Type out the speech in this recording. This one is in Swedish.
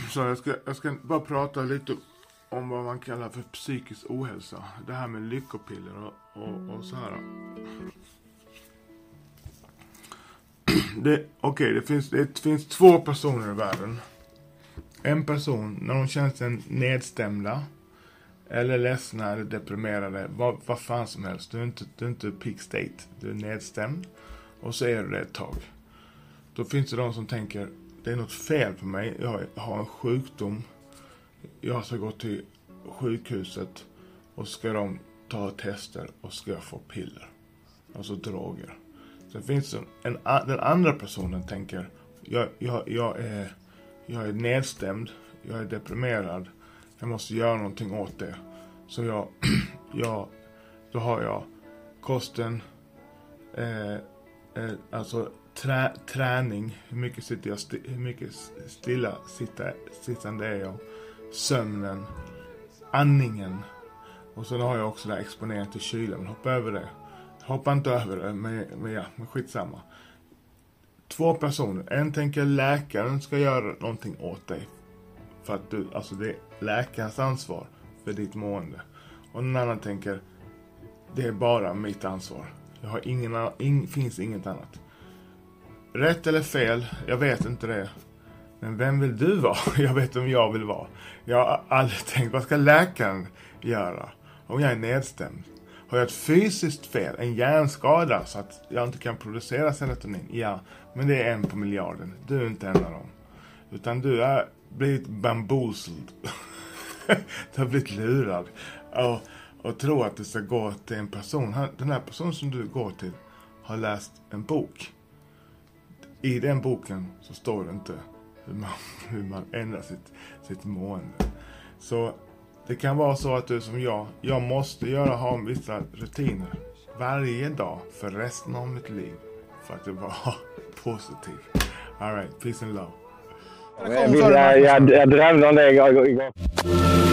Så jag ska bara prata lite om vad man kallar för psykisk ohälsa. Det här med lyckopiller och så här. Det finns två personer i världen. En person, när de känner sig nedstämda eller ledsna eller deprimerade, vad fan som helst. Du är inte peak state, du är nedstämd och så är du det ett tag. Då finns det de som tänker, det är något fel på mig, jag har en sjukdom, jag ska gå till sjukhuset och ska de ta tester och ska jag få piller, alltså droger. Sen finns det den andra personen tänker, jag är nedstämd, jag är deprimerad, jag måste göra någonting åt det. Så då har jag kosten, alltså träning, hur mycket sittande är jag, sömnen, andningen, och sen har jag också där exponering till kylan. Hoppa inte över det, men skitsamma. Två personer, en tänker läkaren ska göra någonting åt dig för att det är läkarens ansvar för ditt mående, och den annan tänker, det är bara mitt ansvar, jag har finns inget annat. Rätt eller fel, jag vet inte det. Men vem vill du vara? Jag vet vem jag vill vara. Jag har aldrig tänkt, vad ska läkaren göra om jag är nedstämd? Har jag ett fysiskt fel, en hjärnskada så att jag inte kan producera serotonin? Ja, men det är 1 på miljarden. Du är inte en av dem. Utan du har blivit bamboozled. Du har blivit lurad. Och tror att du ska gå till en person. Den här personen som du går till har läst en bok. I den boken så står det inte hur man ändrar sitt mående. Så det kan vara så att du som jag måste ha vissa rutiner varje dag för resten av mitt liv för att vara positiv. All right, peace and love. Jag drömde om det igår.